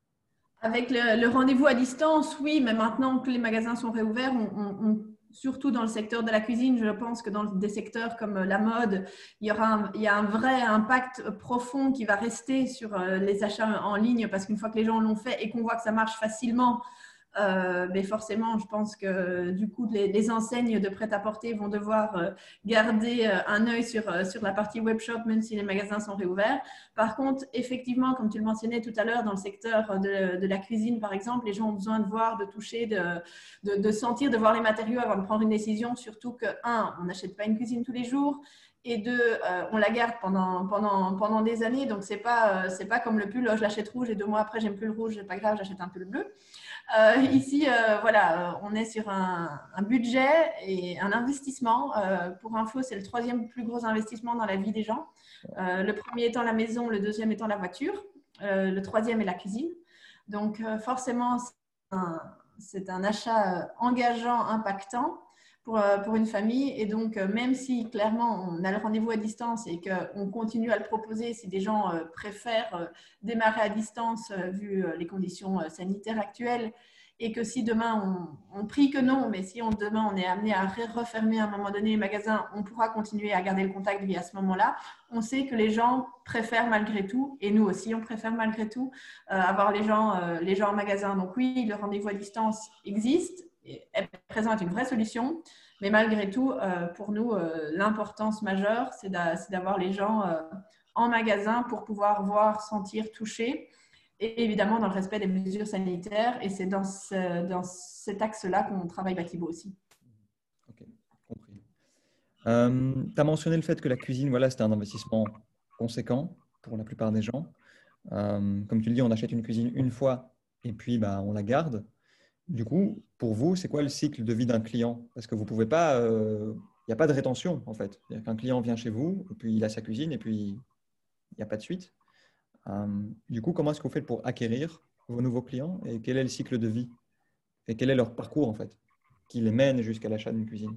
Avec le, le rendez-vous à distance, oui, mais maintenant que les magasins sont réouverts, on, on, on, surtout dans le secteur de la cuisine, je pense que dans des secteurs comme la mode, il y aura un, il y a un vrai impact profond qui va rester sur les achats en ligne parce qu'une fois que les gens l'ont fait et qu'on voit que ça marche facilement, Euh, mais forcément, je pense que du coup, les, les enseignes de prêt-à-porter vont devoir euh, garder euh, un œil sur, euh, sur la partie webshop, même si les magasins sont réouverts. Par contre, effectivement, comme tu le mentionnais tout à l'heure, dans le secteur de, de la cuisine, par exemple, les gens ont besoin de voir, de toucher, de, de, de sentir, de voir les matériaux avant de prendre une décision, surtout que, un, on n'achète pas une cuisine tous les jours, et deux, euh, on la garde pendant, pendant, pendant des années, donc c'est pas, euh, c'est pas comme le pull, oh, je l'achète rouge et deux mois après, j'aime plus le rouge, c'est pas grave, j'achète un pull bleu. Euh, ici, euh, voilà, on est sur un, un budget et un investissement. Euh, pour info, c'est le troisième plus gros investissement dans la vie des gens. Euh, le premier étant la maison, le deuxième étant la voiture, euh, le troisième est la cuisine. Donc, euh, forcément, c'est un, c'est un achat engageant, impactant. pour, euh, pour une famille. Et donc, euh, même si clairement on a le rendez-vous à distance et qu'on continue à le proposer si des gens euh, préfèrent euh, démarrer à distance euh, vu euh, les conditions euh, sanitaires actuelles, et que si demain, on, on prie que non, mais si on, demain on est amené à refermer à un moment donné les magasins, on pourra continuer à garder le contact via ce moment-là. On sait que les gens préfèrent malgré tout, et nous aussi on préfère malgré tout, euh, avoir les gens, euh, les gens en magasin. Donc oui, le rendez-vous à distance existe, et est présent est une vraie solution, mais malgré tout, euh, pour nous, euh, l'importance majeure, c'est d'avoir les gens euh, en magasin pour pouvoir voir, sentir, toucher, et évidemment dans le respect des mesures sanitaires. Et c'est dans, ce, dans cet axe-là qu'on travaille Batibo aussi. Ok, compris. Euh, tu as mentionné le fait que la cuisine, voilà, c'était un investissement conséquent pour la plupart des gens. Euh, comme tu le dis, on achète une cuisine une fois et puis bah, on la garde. Du coup, pour vous, c'est quoi le cycle de vie d'un client? Parce que vous pouvez pas, euh, il n'y a pas de rétention en fait. C'est-à-dire qu'un client vient chez vous et puis il a sa cuisine et puis il n'y a pas de suite. Euh, du coup, comment est-ce que vous faites pour acquérir vos nouveaux clients et quel est le cycle de vie et quel est leur parcours en fait qui les mène jusqu'à l'achat d'une cuisine?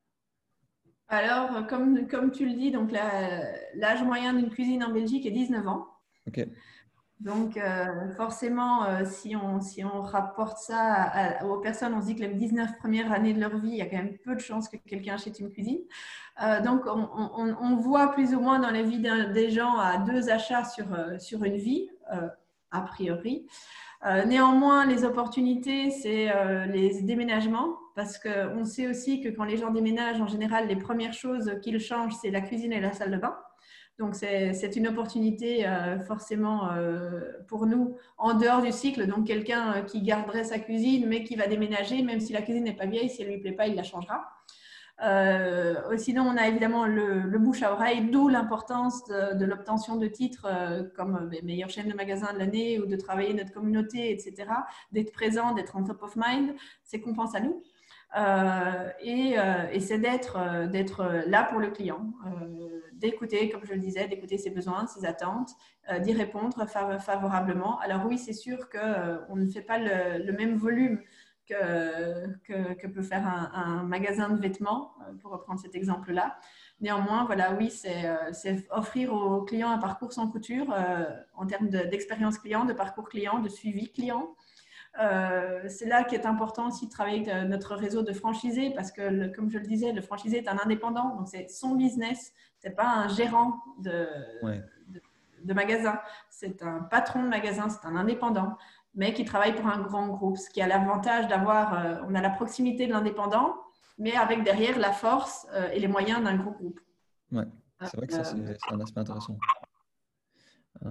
Alors, comme, comme tu le dis, donc l'âge moyen d'une cuisine en Belgique est dix-neuf ans. Ok. Donc, euh, forcément, euh, si, on, si on rapporte ça à, à, aux personnes, on se dit que les dix-neuf premières années de leur vie, il y a quand même peu de chances que quelqu'un achète une cuisine. Euh, donc, on, on, on voit plus ou moins dans la vie des gens à deux achats sur, euh, sur une vie, euh, a priori. Euh, néanmoins, les opportunités, c'est euh, les déménagements, parce qu'on sait aussi que quand les gens déménagent, en général, les premières choses qu'ils changent, c'est la cuisine et la salle de bain. Donc, c'est une opportunité euh, forcément euh, pour nous en dehors du cycle. Donc, quelqu'un euh, qui garderait sa cuisine, mais qui va déménager, même si la cuisine n'est pas vieille, si elle ne lui plaît pas, il la changera. Euh, sinon, on a évidemment le, le bouche à oreille, d'où l'importance de, de l'obtention de titres euh, comme euh, meilleure chaîne de magasins de l'année ou de travailler notre communauté, et cetera. D'être présent, d'être en top of mind, c'est qu'on pense à nous. Euh, et, euh, et c'est d'être euh, d'être là pour le client, euh, d'écouter, comme je le disais, d'écouter ses besoins, ses attentes, euh, d'y répondre fav favorablement. Alors oui, c'est sûr qu'on euh, ne fait pas le, le même volume que, que, que peut faire un, un magasin de vêtements, euh, pour reprendre cet exemple-là. Néanmoins, voilà, oui, c'est euh, offrir aux clients un parcours sans couture euh, en termes d'expérience de, client, de parcours client, de suivi client. Euh, c'est là qu'il est important aussi de travailler avec notre réseau de franchisés parce que, le, comme je le disais, le franchisé est un indépendant, donc c'est son business, c'est pas un gérant de, Ouais. de, de magasin, c'est un patron de magasin, c'est un indépendant, mais qui travaille pour un grand groupe, ce qui a l'avantage d'avoir, euh, on a la proximité de l'indépendant, mais avec derrière la force euh, et les moyens d'un gros groupe. Ouais, c'est vrai que ça, c'est un aspect intéressant. Euh...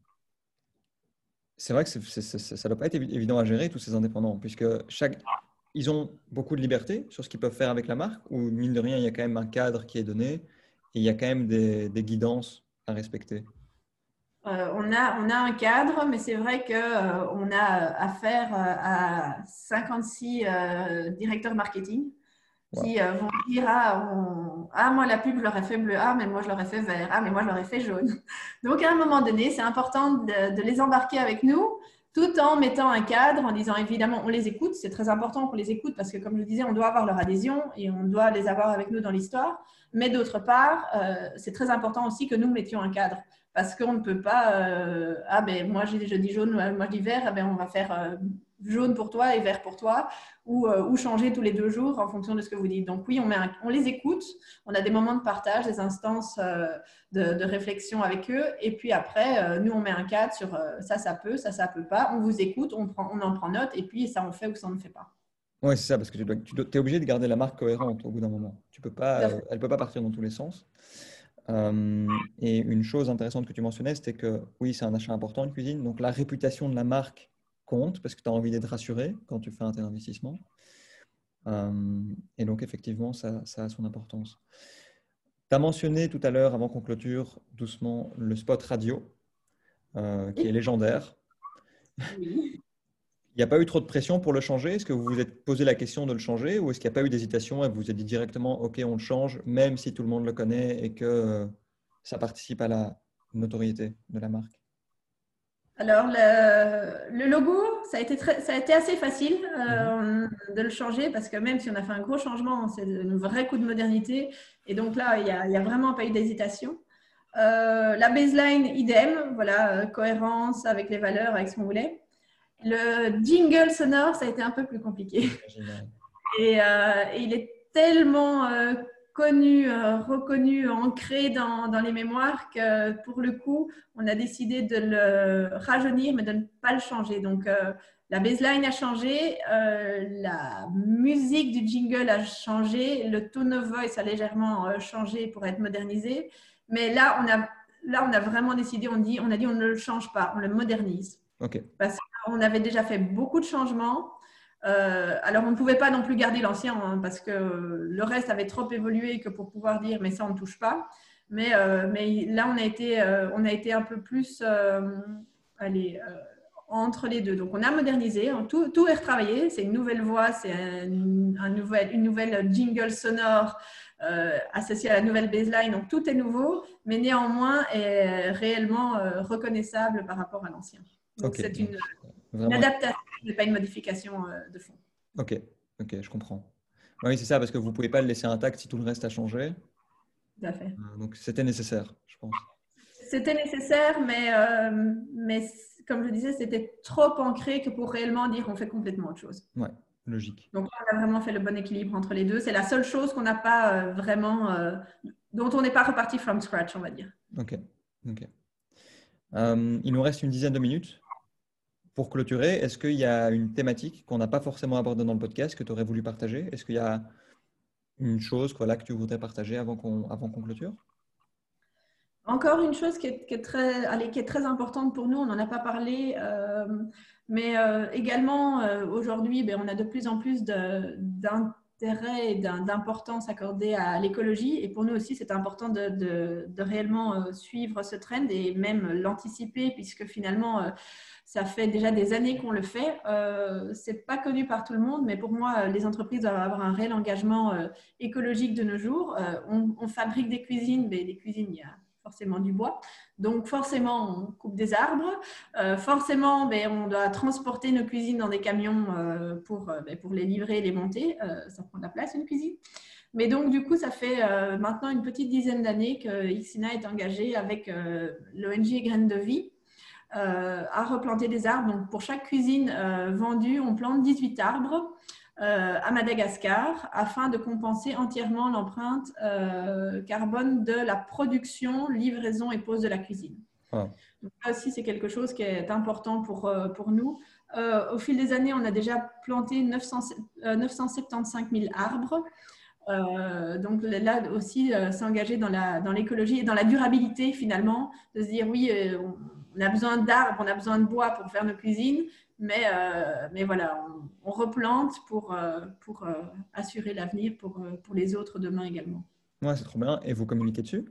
C'est vrai que c est, c est, c est, ça ne doit pas être évident à gérer, tous ces indépendants, puisque chaque, ils ont beaucoup de liberté sur ce qu'ils peuvent faire avec la marque, ou mine de rien, il y a quand même un cadre qui est donné, et il y a quand même des, des guidances à respecter. Euh, on, a, on a un cadre, mais c'est vrai qu'on euh, a affaire à cinquante-six euh, directeurs marketing qui wow. euh, vont dire ah, on... ah, moi la pub je l'aurais fait bleu, ah, mais moi je l'aurais fait vert, ah, mais moi je l'aurais fait jaune. Donc à un moment donné, c'est important de, de les embarquer avec nous tout en mettant un cadre, en disant évidemment on les écoute, c'est très important qu'on les écoute parce que comme je disais, on doit avoir leur adhésion et on doit les avoir avec nous dans l'histoire, mais d'autre part, euh, c'est très important aussi que nous mettions un cadre. Parce qu'on ne peut pas, euh, ah ben moi je, je dis jaune, moi je dis vert, eh ben on va faire euh, jaune pour toi et vert pour toi, ou, euh, ou changer tous les deux jours en fonction de ce que vous dites. Donc oui, on, met un, on les écoute, on a des moments de partage, des instances euh, de, de réflexion avec eux, et puis après, euh, nous on met un cadre sur euh, ça, ça peut, ça, ça peut pas, on vous écoute, on, prend, on en prend note, et puis ça on fait ou ça on ne fait pas. Oui, c'est ça, parce que tu, dois, tu dois, es obligé de garder la marque cohérente au bout d'un moment. Tu peux pas, euh, elle ne peut pas partir dans tous les sens. Euh, et une chose intéressante que tu mentionnais, c'était que oui, c'est un achat important, une cuisine. Donc, la réputation de la marque compte parce que tu as envie d'être rassuré quand tu fais un tel investissement. Euh, et donc, effectivement, ça, ça a son importance. Tu as mentionné tout à l'heure, avant qu'on clôture doucement, le spot radio, euh, qui est légendaire. Oui. Il n'y a pas eu trop de pression pour le changer? Est-ce que vous vous êtes posé la question de le changer ou est-ce qu'il n'y a pas eu d'hésitation et vous vous êtes dit directement, OK, on le change, même si tout le monde le connaît et que ça participe à la notoriété de la marque? Alors, le, le logo, ça a, été très, ça a été assez facile euh, Mhm. de le changer parce que même si on a fait un gros changement, c'est un vrai coup de modernité. Et donc là, il n'y a, il y a vraiment pas eu d'hésitation. Euh, la baseline, idem, voilà, euh, cohérence avec les valeurs, avec ce qu'on voulait. Le jingle sonore, ça a été un peu plus compliqué. J'imagine, ouais. Et, euh, et il est tellement euh, connu, euh, reconnu, ancré dans, dans les mémoires que pour le coup, on a décidé de le rajeunir, mais de ne pas le changer. Donc, euh, la baseline a changé, euh, la musique du jingle a changé, le tone of voice a légèrement euh, changé pour être modernisé. Mais là, on a, là, on a vraiment décidé, on, dit, on a dit on ne le change pas, on le modernise. Ok. Parce qu'on avait déjà fait beaucoup de changements. Euh, alors, on ne pouvait pas non plus garder l'ancien hein, parce que le reste avait trop évolué que pour pouvoir dire mais ça, on ne touche pas. Mais, euh, mais là, on a été, euh, on a été un peu plus euh, allez, euh, entre les deux. Donc, on a modernisé, tout, tout est retravaillé. C'est une nouvelle voix, c'est un, un nouvel, une nouvelle jingle sonore euh, associée à la nouvelle baseline. Donc, tout est nouveau, mais néanmoins est réellement euh, reconnaissable par rapport à l'ancien. Donc, Ok. c'est Donc, une, une vraiment. adaptation, mais pas une modification euh, de fond. Ok. Ok, je comprends. Bah oui, c'est ça, parce que vous ne pouvez pas le laisser intact si tout le reste a changé. Tout à fait. Euh, Donc, c'était nécessaire, je pense. C'était nécessaire, mais, euh, mais comme je disais, c'était trop ancré que pour réellement dire on fait complètement autre chose. Ouais, logique. Donc, on a vraiment fait le bon équilibre entre les deux. C'est la seule chose qu'on n'a pas euh, vraiment, euh, dont on n'est pas reparti from scratch, on va dire. Ok. Ok. Euh, il nous reste une dizaine de minutes. Pour clôturer, est-ce qu'il y a une thématique qu'on n'a pas forcément abordée dans le podcast que tu aurais voulu partager? Est-ce qu'il y a une chose voilà, que tu voudrais partager avant qu'on avant qu'on clôture? Encore une chose qui est, qui est très, allez, qui est très importante pour nous, on n'en a pas parlé, euh, mais euh, également euh, aujourd'hui, ben, on a de plus en plus de, d'intérêt et d'importance accordée à l'écologie. Et pour nous aussi, c'est important de, de, de réellement euh, suivre ce trend et même l'anticiper, puisque finalement, euh, ça fait déjà des années qu'on le fait. Euh, ce n'est pas connu par tout le monde, mais pour moi, les entreprises doivent avoir un réel engagement euh, écologique de nos jours. Euh, on, on fabrique des cuisines, mais des cuisines, il y a forcément du bois. Donc forcément, on coupe des arbres. Euh, forcément, ben, on doit transporter nos cuisines dans des camions euh, pour, euh, ben, pour les livrer et les monter. Euh, ça prend de la place, une cuisine. Mais donc, du coup, ça fait euh, maintenant une petite dizaine d'années que Ixina est engagé avec euh, l'O N G Graines de Vie euh, à replanter des arbres. Donc, pour chaque cuisine euh, vendue, on plante dix-huit arbres euh, à Madagascar afin de compenser entièrement l'empreinte euh, carbone de la production, livraison et pose de la cuisine. Ah, Donc, ça aussi, c'est quelque chose qui est important pour, euh, pour nous. Euh, au fil des années, on a déjà planté neuf cent, euh, neuf cent soixante-quinze mille arbres. Euh, donc là aussi, euh, s'engager dans la, dans l'écologie et dans la durabilité finalement, de se dire oui, euh, on a besoin d'arbres, on a besoin de bois pour faire nos cuisines, mais, euh, mais voilà, on, on replante pour, euh, pour euh, assurer l'avenir pour, euh, pour les autres demain également. ouais, c'est trop bien. Et vous communiquez dessus?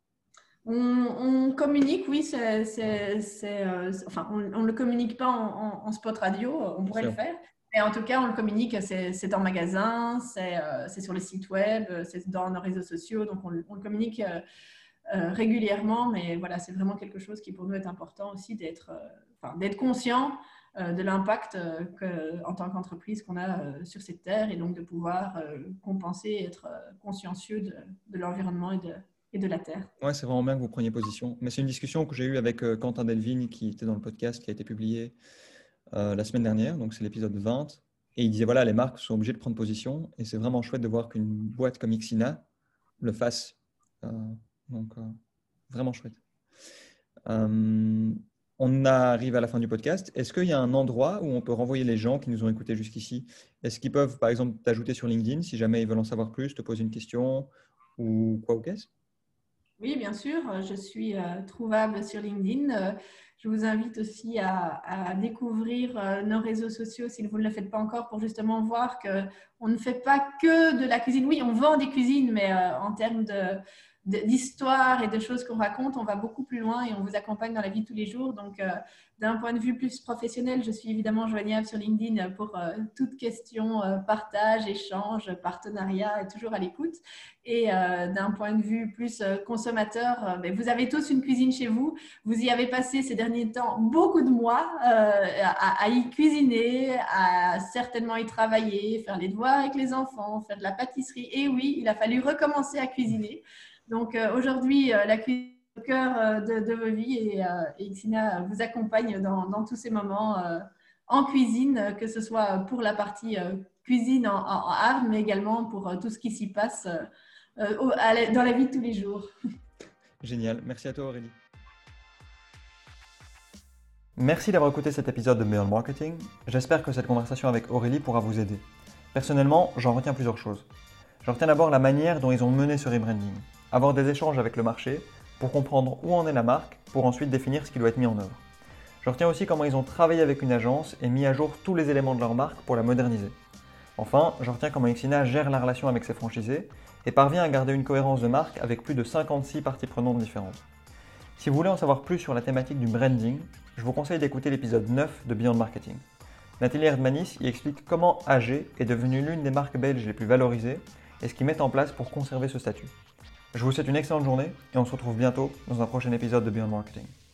On, on communique, oui, c'est, c'est, c'est, euh, enfin, on ne le communique pas en, en, en spot radio, on Bien pourrait le sûr. faire. Mais en tout cas, on le communique, c'est, c'est en magasin, c'est, euh, c'est sur le site web, c'est dans nos réseaux sociaux, donc on, on le communique euh, euh, régulièrement. Mais voilà, c'est vraiment quelque chose qui pour nous est important aussi d'être, euh, enfin, d'être conscient euh, de l'impact euh, que, en tant qu'entreprise qu'on a euh, sur cette terre et donc de pouvoir euh, compenser et être euh, consciencieux de, de l'environnement et de, et de la terre. Ouais, c'est vraiment bien que vous preniez position. Mais c'est une discussion que j'ai eue avec euh, Quentin Delvigne qui était dans le podcast qui a été publié euh, la semaine dernière, donc c'est l'épisode vingt. Et il disait voilà, les marques sont obligées de prendre position et c'est vraiment chouette de voir qu'une boîte comme Ixina le fasse. Euh, donc, euh, vraiment chouette. Euh, on arrive à la fin du podcast. Est-ce qu'il y a un endroit où on peut renvoyer les gens qui nous ont écoutés jusqu'ici? Est-ce qu'ils peuvent, par exemple, t'ajouter sur LinkedIn si jamais ils veulent en savoir plus, te poser une question ou quoi ou qu'est-ce? Oui, bien sûr, je suis euh, trouvable sur LinkedIn. Euh, je vous invite aussi à, à découvrir euh, nos réseaux sociaux si vous ne le faites pas encore pour justement voir qu'on ne fait pas que de la cuisine. Oui, on vend des cuisines, mais euh, en termes de, d'histoires et de choses qu'on raconte, on va beaucoup plus loin et on vous accompagne dans la vie de tous les jours. Donc, euh, d'un point de vue plus professionnel, je suis évidemment joignable sur LinkedIn pour euh, toute question, euh, partage, échange, partenariat, et toujours à l'écoute. Et euh, d'un point de vue plus euh, consommateur, euh, ben, vous avez tous une cuisine chez vous. Vous y avez passé ces derniers temps beaucoup de mois euh, à, à y cuisiner, à certainement y travailler, faire les devoirs avec les enfants, faire de la pâtisserie. Et oui, il a fallu recommencer à cuisiner. Donc euh, aujourd'hui, euh, la cuisine au cœur euh, de, de vos vies et, euh, et Xina vous accompagne dans, dans tous ces moments euh, en cuisine, que ce soit pour la partie euh, cuisine en, en, en art, mais également pour euh, tout ce qui s'y passe euh, au, la, dans la vie de tous les jours. Génial, merci à toi Aurélie. Merci d'avoir écouté cet épisode de Beyond Marketing. J'espère que cette conversation avec Aurélie pourra vous aider. Personnellement, j'en retiens plusieurs choses. Je retiens d'abord la manière dont ils ont mené ce rebranding. Avoir des échanges avec le marché pour comprendre où en est la marque, pour ensuite définir ce qui doit être mis en œuvre. Je retiens aussi comment ils ont travaillé avec une agence et mis à jour tous les éléments de leur marque pour la moderniser. Enfin, je retiens comment Xina gère la relation avec ses franchisés et parvient à garder une cohérence de marque avec plus de cinquante-six parties prenantes différentes. Si vous voulez en savoir plus sur la thématique du branding, je vous conseille d'écouter l'épisode neuf de Beyond Marketing. Nathalie Erdmanis y explique comment A G est devenue l'une des marques belges les plus valorisées et ce qu'ils mettent en place pour conserver ce statut. Je vous souhaite une excellente journée et on se retrouve bientôt dans un prochain épisode de Beyond Marketing.